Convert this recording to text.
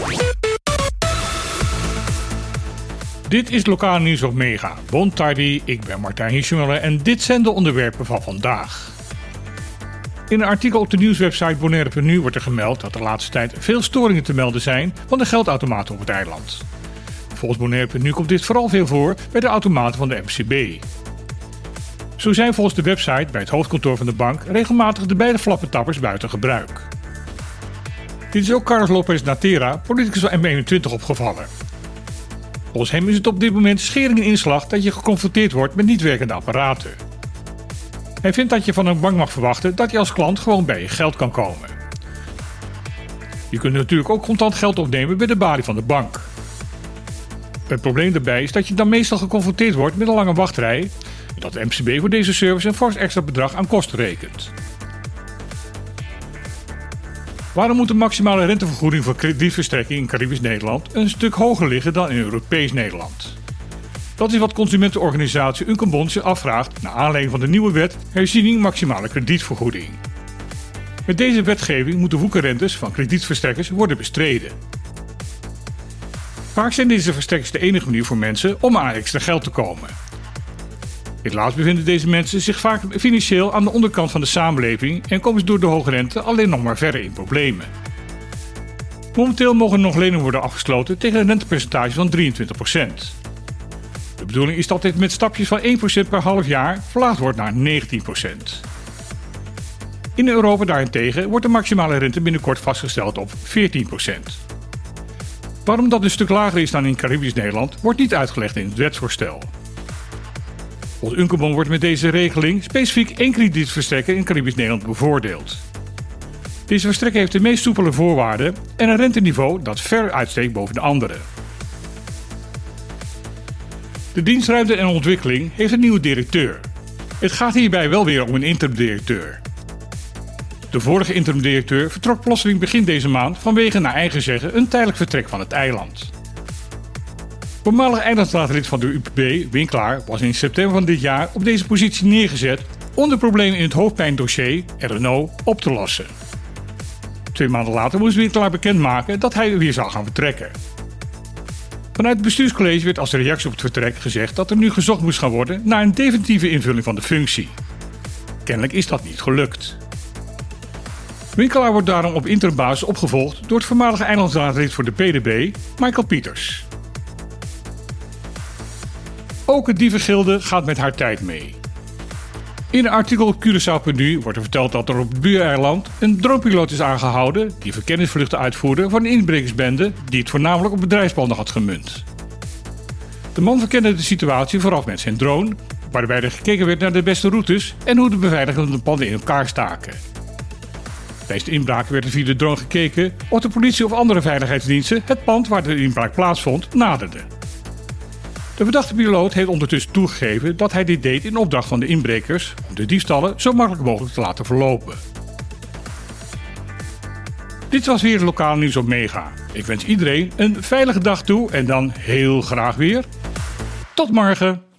Dit is Lokaal Nieuws op Mega. Bon tardi, ik ben Martijn Hirschmuller en dit zijn de onderwerpen van vandaag. In een artikel op de nieuwswebsite Bonaire.nu wordt er gemeld dat de laatste tijd veel storingen te melden zijn van de geldautomaten op het eiland. Volgens Bonaire.nu komt dit vooral veel voor bij de automaten van de MCB. Zo zijn volgens de website bij het hoofdkantoor van de bank regelmatig de beide flappentappers buiten gebruik. Dit is ook Carlos Lopez Natera, politicus van M21, opgevallen. Volgens hem is het op dit moment schering en inslag dat je geconfronteerd wordt met niet werkende apparaten. Hij vindt dat je van een bank mag verwachten dat je als klant gewoon bij je geld kan komen. Je kunt natuurlijk ook contant geld opnemen bij de balie van de bank. Het probleem daarbij is dat je dan meestal geconfronteerd wordt met een lange wachtrij en dat de MCB voor deze service een fors extra bedrag aan kosten rekent. Waarom moet de maximale rentevergoeding voor kredietverstrekking in Caribisch Nederland een stuk hoger liggen dan in Europees Nederland? Dat is wat consumentenorganisatie Uncobond zich afvraagt naar aanleiding van de nieuwe wet herziening maximale kredietvergoeding. Met deze wetgeving moeten woekerrentes van kredietverstrekkers worden bestreden. Vaak zijn deze verstrekkers de enige manier voor mensen om aan extra geld te komen. Helaas bevinden deze mensen zich vaak financieel aan de onderkant van de samenleving en komen ze door de hoge rente alleen nog maar verder in problemen. Momenteel mogen er nog leningen worden afgesloten tegen een rentepercentage van 23%. De bedoeling is dat dit met stapjes van 1% per half jaar verlaagd wordt naar 19%. In Europa daarentegen wordt de maximale rente binnenkort vastgesteld op 14%. Waarom dat een stuk lager is dan in Caribisch Nederland wordt niet uitgelegd in het wetsvoorstel. Volgens Uncobond wordt met deze regeling specifiek één kredietverstrekker in Caribisch Nederland bevoordeeld. Deze verstrekker heeft de meest soepele voorwaarden en een renteniveau dat ver uitsteekt boven de andere. De dienstruimte en ontwikkeling heeft een nieuwe directeur. Het gaat hierbij wel weer om een interim-directeur. De vorige interim-directeur vertrok plotseling begin deze maand vanwege naar eigen zeggen een tijdelijk vertrek van het eiland. Voormalig eilandsraadlid van de UPB, Winkelaar, was in september van dit jaar op deze positie neergezet om de problemen in het hoofdpijndossier, RNO, op te lossen. 2 maanden later moest Winkelaar bekendmaken dat hij weer zou gaan vertrekken. Vanuit het bestuurscollege werd als reactie op het vertrek gezegd dat er nu gezocht moest gaan worden naar een definitieve invulling van de functie. Kennelijk is dat niet gelukt. Winkelaar wordt daarom op interimbasis opgevolgd door het voormalige eilandsraadlid voor de PDB, Michael Pieters. Ook het dievengilde gaat met haar tijd mee. In een artikel op Curaçao.nu wordt er verteld dat er op het buureiland een dronepiloot is aangehouden die verkenningsvluchten uitvoerde voor een inbrekersbende die het voornamelijk op bedrijfspanden had gemunt. De man verkende de situatie vooraf met zijn drone, waarbij er gekeken werd naar de beste routes en hoe de beveiliging van de panden in elkaar staken. Tijdens de inbraak werd er via de drone gekeken of de politie of andere veiligheidsdiensten het pand waar de inbraak plaatsvond naderde. De verdachte piloot heeft ondertussen toegegeven dat hij dit deed in opdracht van de inbrekers om de diefstallen zo makkelijk mogelijk te laten verlopen. Dit was weer het Lokaal Nieuws op Mega. Ik wens iedereen een veilige dag toe en dan heel graag weer tot morgen.